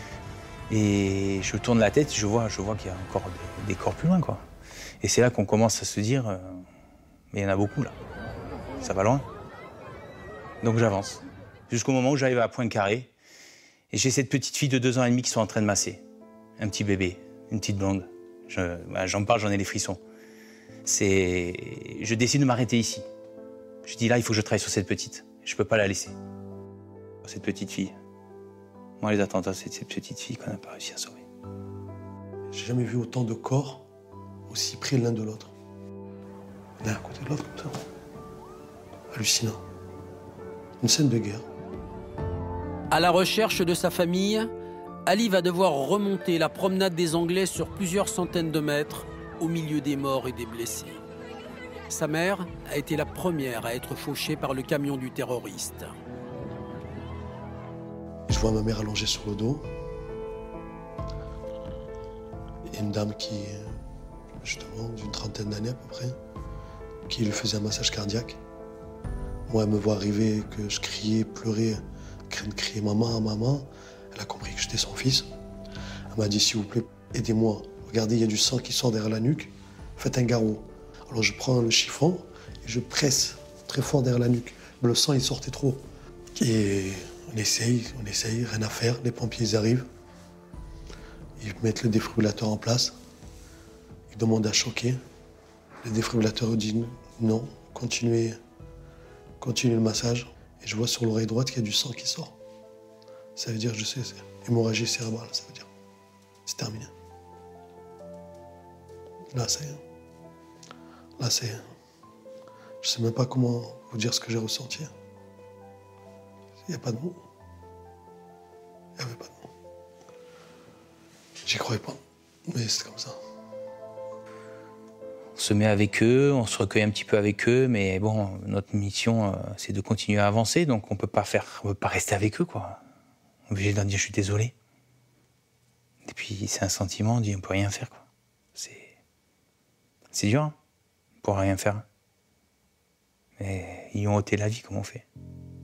Et je tourne la tête, je vois, je vois qu'il y a encore des, des corps plus loin, quoi. Et c'est là qu'on commence à se dire, euh, mais il y en a beaucoup là. Ça va loin. Donc j'avance. Jusqu'au moment où j'arrive à Poincaré. Et j'ai cette petite fille de deux ans et demi qui sont en train de masser. Un petit bébé, une petite blonde. Je, bah, j'en parle, j'en ai les frissons. C'est... Je décide de m'arrêter ici. Je dis là, il faut que je travaille sur cette petite. Je ne peux pas la laisser. Cette petite fille. Moi, les attentats, c'est cette petite fille qu'on n'a pas réussi à sauver. J'ai jamais vu autant de corps aussi près l'un de l'autre. L'un à côté de l'autre, comme ça. Hallucinant. Une scène de guerre. À la recherche de sa famille, Ali va devoir remonter la promenade des Anglais sur plusieurs centaines de mètres au milieu des morts et des blessés. Sa mère a été la première à être fauchée par le camion du terroriste. Je vois ma mère allongée sur le dos. Et une dame qui, justement, d'une trentaine d'années à peu près, qui lui faisait un massage cardiaque. Moi, elle me voit arriver, que je criais, pleurais, criais maman, maman. Elle a compris que j'étais son fils. Elle m'a dit, s'il vous plaît, aidez-moi. Regardez, il y a du sang qui sort derrière la nuque. Faites un garrot. Alors je prends le chiffon et je presse très fort derrière la nuque. Mais le sang, il sortait trop. Et on essaye, on essaye, rien à faire. Les pompiers, ils arrivent. Ils mettent le défibrillateur en place. Ils demandent à choquer. Le défibrillateur dit non, continuez, continuez le massage. Et je vois sur l'oreille droite qu'il y a du sang qui sort. Ça veut dire, je sais, c'est hémorragie cérébrale, ça veut dire. C'est terminé. Là, c'est... Là, c'est... Je sais même pas comment vous dire ce que j'ai ressenti. Il n'y a pas de mots. Il n'y avait pas de mots. J'y croyais pas, mais c'est comme ça. On se met avec eux, on se recueille un petit peu avec eux, mais bon, notre mission, euh, c'est de continuer à avancer, donc on peut pas faire, on peut pas rester avec eux, quoi. On est obligé de leur dire, je suis désolé. Et puis, c'est un sentiment, on dit, on peut rien faire, quoi. C'est... C'est dur, hein. On pourra rien faire. Mais ils ont ôté la vie, comment on fait?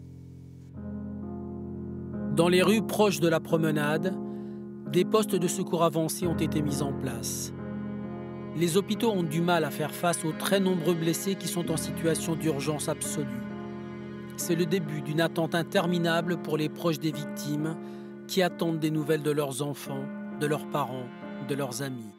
Dans les rues proches de la promenade, des postes de secours avancés ont été mis en place. Les hôpitaux ont du mal à faire face aux très nombreux blessés qui sont en situation d'urgence absolue. C'est le début d'une attente interminable pour les proches des victimes qui attendent des nouvelles de leurs enfants, de leurs parents, de leurs amis.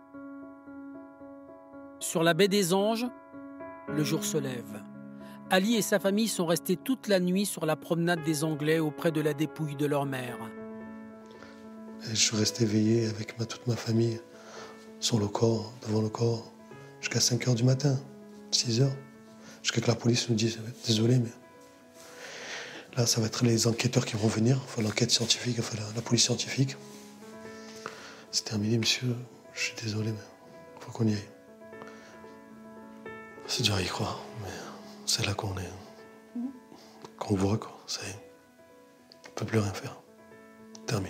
Sur la baie des Anges, le jour se lève. Ali et sa famille sont restés toute la nuit sur la promenade des Anglais auprès de la dépouille de leur mère. Et je suis resté veillé avec ma, toute ma famille sur le corps, devant le corps, jusqu'à cinq heures du matin, six heures. Jusqu'à que la police nous dise « Désolé, mais là, ça va être les enquêteurs qui vont venir, enfin l'enquête scientifique, enfin la, la police scientifique. C'est terminé, monsieur, je suis désolé, mais il faut qu'on y aille. » C'est dur à y croire, mais c'est là qu'on est, qu'on voit, quoi. Ça y est, on ne peut plus rien faire. Terminé.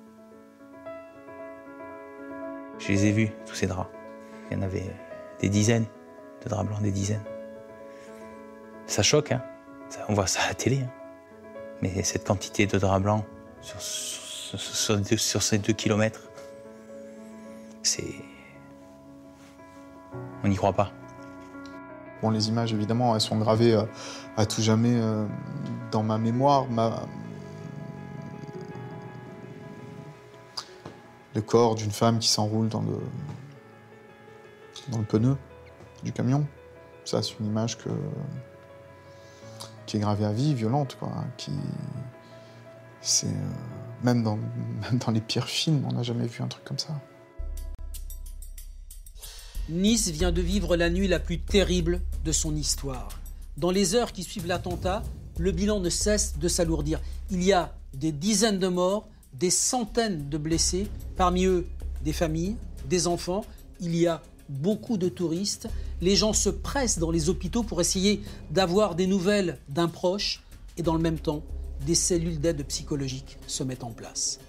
Je les ai vus, tous ces draps. Il y en avait des dizaines de draps blancs, des dizaines. Ça choque, hein. Ça, on voit ça à la télé. Hein. Mais cette quantité de draps blancs sur, sur, sur, sur, sur ces deux kilomètres, c'est... On n'y croit pas. Bon, les images, évidemment, elles sont gravées euh, à tout jamais euh, dans ma mémoire. Ma... Le corps d'une femme qui s'enroule dans le... dans le pneu du camion. Ça, c'est une image que... qui est gravée à vie, violente, quoi. Qui... C'est... Euh... Même, dans... Même dans les pires films, on n'a jamais vu un truc comme ça. Nice vient de vivre la nuit la plus terrible de son histoire. Dans les heures qui suivent l'attentat, le bilan ne cesse de s'alourdir. Il y a des dizaines de morts, des centaines de blessés, parmi eux des familles, des enfants. Il y a beaucoup de touristes. Les gens se pressent dans les hôpitaux pour essayer d'avoir des nouvelles d'un proche. Et dans le même temps, des cellules d'aide psychologique se mettent en place.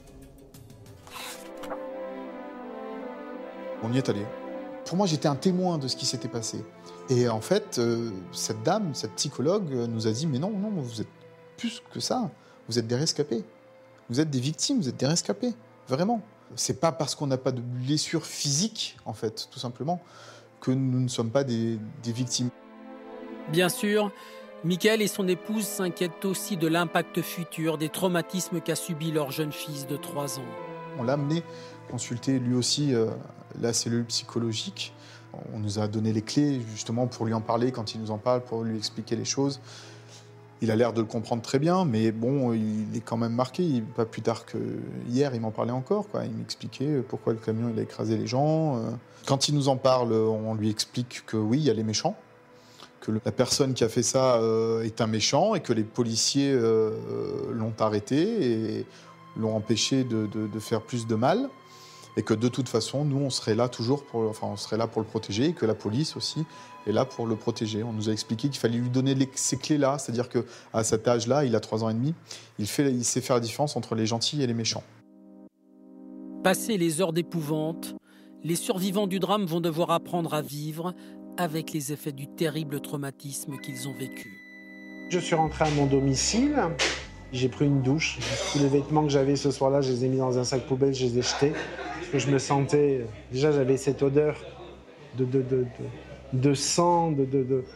On y est allé. Pour moi, j'étais un témoin de ce qui s'était passé. Et en fait, euh, cette dame, cette psychologue, nous a dit « Mais non, non, vous êtes plus que ça. Vous êtes des rescapés. Vous êtes des victimes, vous êtes des rescapés. Vraiment. C'est pas parce qu'on n'a pas de blessure physique, en fait, tout simplement, que nous ne sommes pas des, des victimes. » Bien sûr, Mickaël et son épouse s'inquiètent aussi de l'impact futur des traumatismes qu'a subi leur jeune fils de trois ans. On l'a amené consulter lui aussi euh, la cellule psychologique. On nous a donné les clés justement pour lui en parler quand il nous en parle, pour lui expliquer les choses. Il a l'air de le comprendre très bien, mais bon, il est quand même marqué. Pas plus tard que hier, il m'en parlait encore, quoi. Il m'expliquait pourquoi le camion il a écrasé les gens. Quand il nous en parle, on lui explique que oui, il y a les méchants, que la personne qui a fait ça euh, est un méchant et que les policiers euh, l'ont arrêté et l'ont empêché de, de, de faire plus de mal. Et que de toute façon, nous, on serait là toujours pour, enfin, on serait là pour le protéger, et que la police aussi est là pour le protéger. On nous a expliqué qu'il fallait lui donner les, ces clés-là, c'est-à-dire qu'à cet âge-là, il a trois ans et demi, il, fait, il sait faire la différence entre les gentils et les méchants. Passé les heures d'épouvante, les survivants du drame vont devoir apprendre à vivre avec les effets du terrible traumatisme qu'ils ont vécu. Je suis rentré à mon domicile. J'ai pris une douche. Tous les vêtements que j'avais ce soir-là, je les ai mis dans un sac poubelle, je les ai jetés. Parce que je me sentais... Déjà, j'avais cette odeur de, de, de, de, de sang, de, de, de...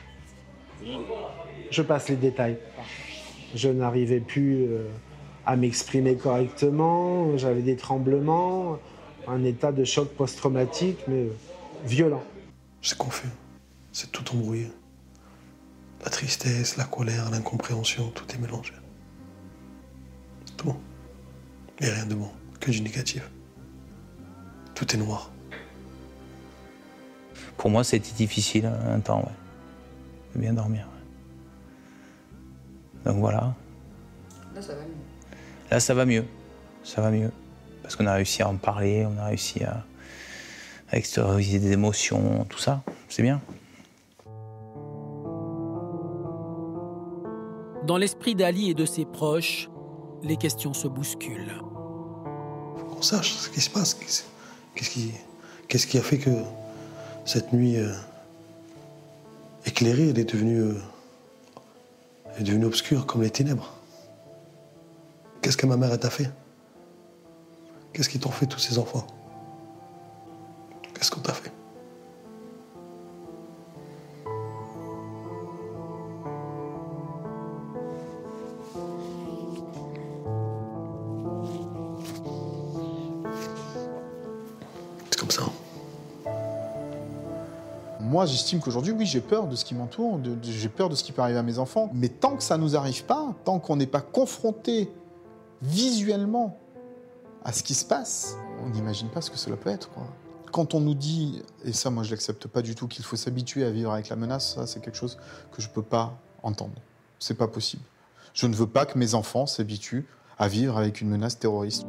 Je passe les détails. Je n'arrivais plus à m'exprimer correctement. J'avais des tremblements, un état de choc post-traumatique, mais violent. C'est confus. C'est tout embrouillé. La tristesse, la colère, l'incompréhension, tout est mélangé. Tout. Il n'y a rien de bon, que du négatif. Tout est noir. Pour moi, c'était difficile un temps, ouais. De bien dormir. Ouais. Donc voilà. Là, ça va mieux. Là, ça va mieux. Ça va mieux. Parce qu'on a réussi à en parler, on a réussi à, à extérioriser des émotions, tout ça. C'est bien. Dans l'esprit d'Ali et de ses proches, les questions se bousculent. Qu'on sache ce qui se passe. Qu'est-ce qui, qu'est-ce qui a fait que cette nuit euh, éclairée, elle est devenue, euh, elle est devenue obscure comme les ténèbres? Qu'est-ce que ma mère t'a fait? Qu'est-ce qu'ils t'ont fait tous ces enfants? Qu'est-ce qu'on t'a fait? Moi, j'estime qu'aujourd'hui, oui, j'ai peur de ce qui m'entoure, de, de, j'ai peur de ce qui peut arriver à mes enfants. Mais tant que ça ne nous arrive pas, tant qu'on n'est pas confronté visuellement à ce qui se passe, on n'imagine pas ce que cela peut être, quoi. Quand on nous dit, et ça moi je l'accepte pas du tout, qu'il faut s'habituer à vivre avec la menace, ça c'est quelque chose que je peux pas entendre. C'est pas possible. Je ne veux pas que mes enfants s'habituent à vivre avec une menace terroriste.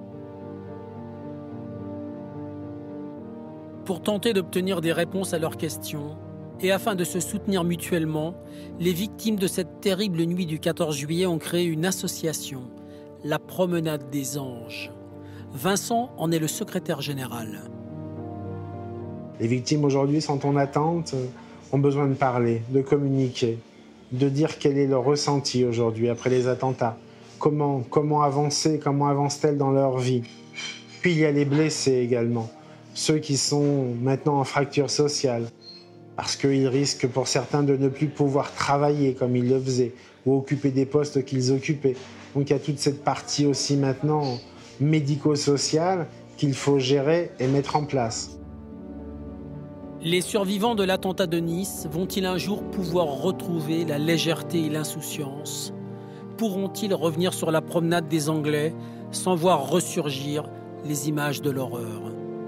Pour tenter d'obtenir des réponses à leurs questions, et afin de se soutenir mutuellement, les victimes de cette terrible nuit du quatorze juillet ont créé une association, la Promenade des Anges. Vincent en est le secrétaire général. Les victimes aujourd'hui sont en attente, ont besoin de parler, de communiquer, de dire quel est leur ressenti aujourd'hui après les attentats. Comment, comment avancer, comment avancent-elles dans leur vie. Puis il y a les blessés également, ceux qui sont maintenant en fracture sociale, parce qu'ils risquent pour certains de ne plus pouvoir travailler comme ils le faisaient, ou occuper des postes qu'ils occupaient. Donc il y a toute cette partie aussi maintenant médico-sociale qu'il faut gérer et mettre en place. Les survivants de l'attentat de Nice vont-ils un jour pouvoir retrouver la légèreté et l'insouciance? Pourront-ils revenir sur la promenade des Anglais sans voir ressurgir les images de l'horreur?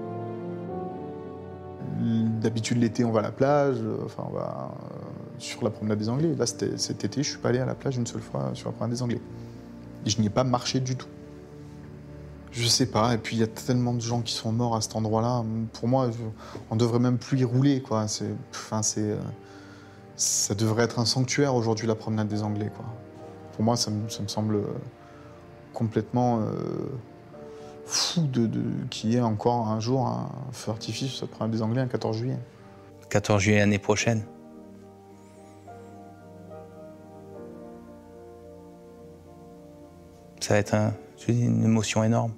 D'habitude, l'été, on va à la plage, enfin, on va euh, sur la promenade des Anglais. Là, cet été, je ne suis pas allé à la plage une seule fois sur la promenade des Anglais. Et je n'y ai pas marché du tout. Je sais pas, et puis il y a tellement de gens qui sont morts à cet endroit-là. Pour moi, je, on devrait même plus y rouler, quoi. C'est, enfin, c'est, euh, ça devrait être un sanctuaire aujourd'hui, la promenade des Anglais, quoi. Pour moi, ça me, ça me semble complètement euh, fou de, de, qu'il y ait encore un jour un feu d'artifice sur la promenade des Anglais, un quatorze juillet. quatorze juillet l'année prochaine. Ça va être un, je dis, une émotion énorme.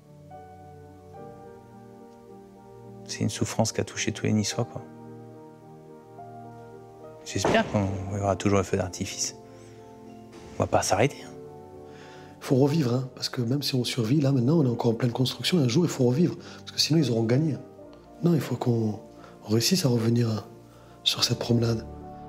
C'est une souffrance qui a touché tous les Niçois, quoi. J'espère qu'on verra toujours le feu d'artifice. On va pas s'arrêter. Il hein. faut revivre, hein, parce que même si on survit, là maintenant, on est encore en pleine construction, un jour il faut revivre, parce que sinon ils auront gagné. Non, il faut qu'on réussisse à revenir sur cette promenade.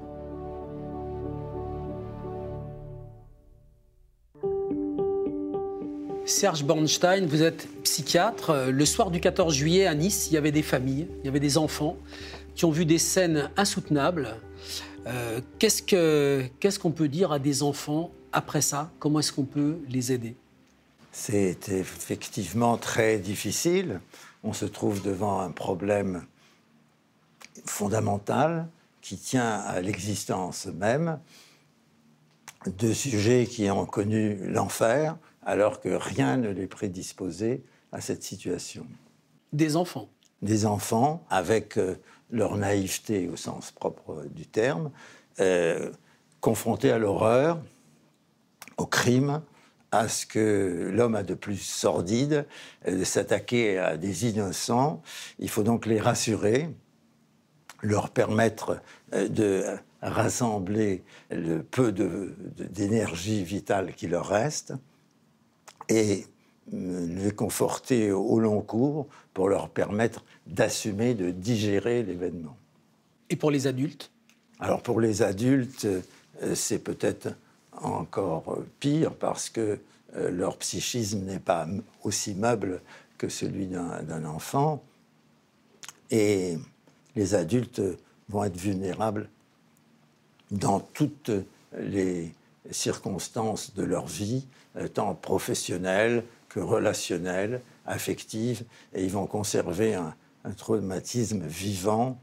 Serge Bornstein, vous êtes psychiatre. Le soir du quatorze juillet à Nice, il y avait des familles, il y avait des enfants qui ont vu des scènes insoutenables. Euh, qu'est-ce que, qu'est-ce qu'on peut dire à des enfants après ça? Comment est-ce qu'on peut les aider? C'est effectivement très difficile. On se trouve devant un problème fondamental qui tient à l'existence même de sujets qui ont connu l'enfer, alors que rien ne les prédisposait à cette situation. Des enfants. Des enfants avec euh, leur naïveté au sens propre du terme, euh, confrontés à l'horreur, au crime, à ce que l'homme a de plus sordide, euh, de s'attaquer à des innocents. Il faut donc les rassurer, leur permettre euh, de rassembler le peu de, de, d'énergie vitale qui leur reste, et les conforter au long cours pour leur permettre d'assumer, de digérer l'événement. Et pour les adultes? Alors pour les adultes, c'est peut-être encore pire parce que leur psychisme n'est pas aussi meuble que celui d'un, d'un enfant. Et les adultes vont être vulnérables dans toutes les circonstances de leur vie, tant professionnelles que relationnelles, affectives, et ils vont conserver un, un traumatisme vivant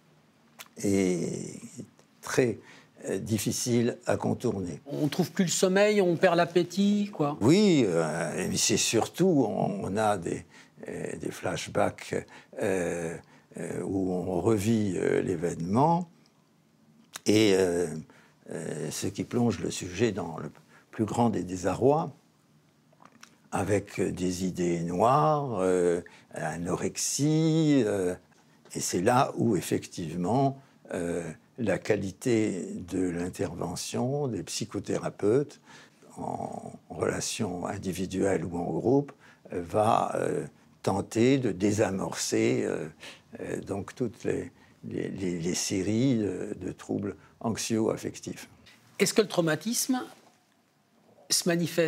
et très euh, difficile à contourner. On ne trouve plus le sommeil, on perd l'appétit, quoi. Oui, euh, mais c'est surtout, on, on a des, euh, des flashbacks euh, euh, où on revit euh, l'événement, et euh, euh, ce qui plonge le sujet dans le plus grand des désarrois, avec des idées noires, euh, anorexie, euh, et c'est là où, effectivement, euh, la qualité de l'intervention des psychothérapeutes, en relation individuelle ou en groupe, euh, va euh, tenter de désamorcer euh, euh, donc toutes les, les, les, les séries de, de troubles anxio-affectifs. Est-ce que le traumatisme se manifeste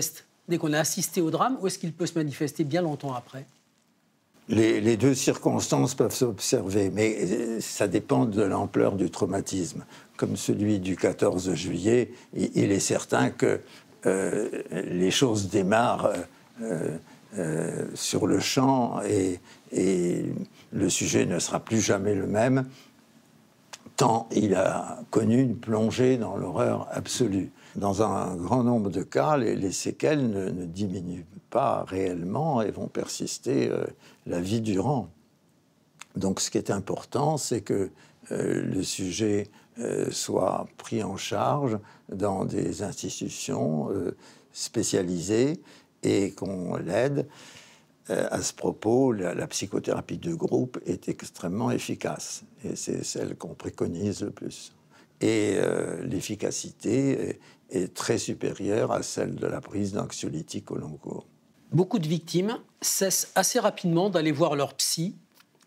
dès qu'on a assisté au drame, ou est-ce qu'il peut se manifester bien longtemps après ? Les, les deux circonstances peuvent s'observer, mais ça dépend de l'ampleur du traumatisme. Comme celui du quatorze juillet, il est certain que euh, les choses démarrent euh, euh, sur le champ et, et le sujet ne sera plus jamais le même, tant il a connu une plongée dans l'horreur absolue. Dans un grand nombre de cas, les, les séquelles ne, ne diminuent pas réellement et vont persister euh, la vie durant. Donc ce qui est important, c'est que euh, le sujet euh, soit pris en charge dans des institutions euh, spécialisées et qu'on l'aide. Euh, à ce propos, la, la psychothérapie de groupe est extrêmement efficace et c'est celle qu'on préconise le plus. Et euh, l'efficacité est, est très supérieure à celle de la prise d'anxiolytiques au long cours. Beaucoup de victimes cessent assez rapidement d'aller voir leur psy. Pourquoi ?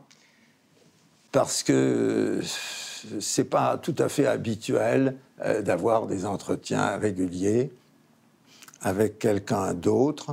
Parce que c'est pas tout à fait habituel euh, d'avoir des entretiens réguliers avec quelqu'un d'autre.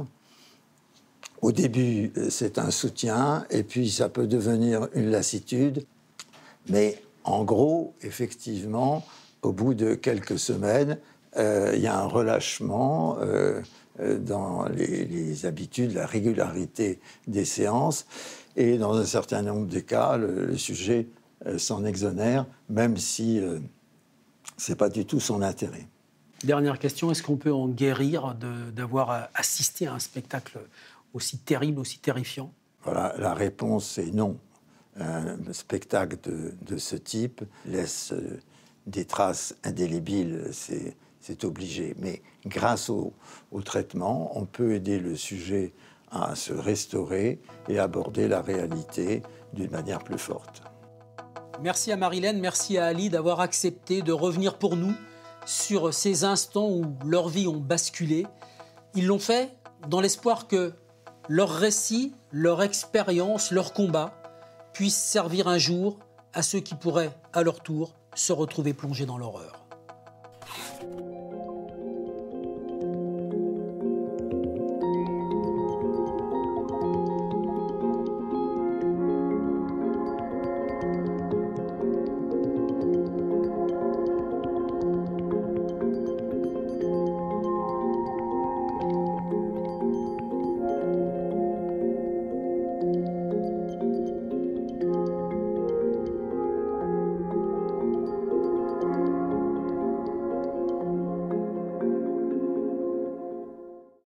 Au début, c'est un soutien, et puis ça peut devenir une lassitude. Mais en gros, effectivement, au bout de quelques semaines, euh, il y a un relâchement euh, dans les, les habitudes, la régularité des séances. Et dans un certain nombre de cas, le, le sujet euh, s'en exonère, même si euh, ce n'est pas du tout son intérêt. Dernière question, est-ce qu'on peut en guérir de, d'avoir assisté à un spectacle aussi terrible, aussi terrifiant ? Voilà, la réponse est non. Un spectacle de, de ce type laisse euh, des traces indélébiles, c'est, c'est obligé. Mais grâce au, au traitement, on peut aider le sujet à se restaurer et aborder la réalité d'une manière plus forte. Merci à Marilène, merci à Ali d'avoir accepté de revenir pour nous sur ces instants où leurs vies ont basculé. Ils l'ont fait dans l'espoir que leur récit, leur expérience, leur combat puissent servir un jour à ceux qui pourraient, à leur tour, se retrouver plongés dans l'horreur.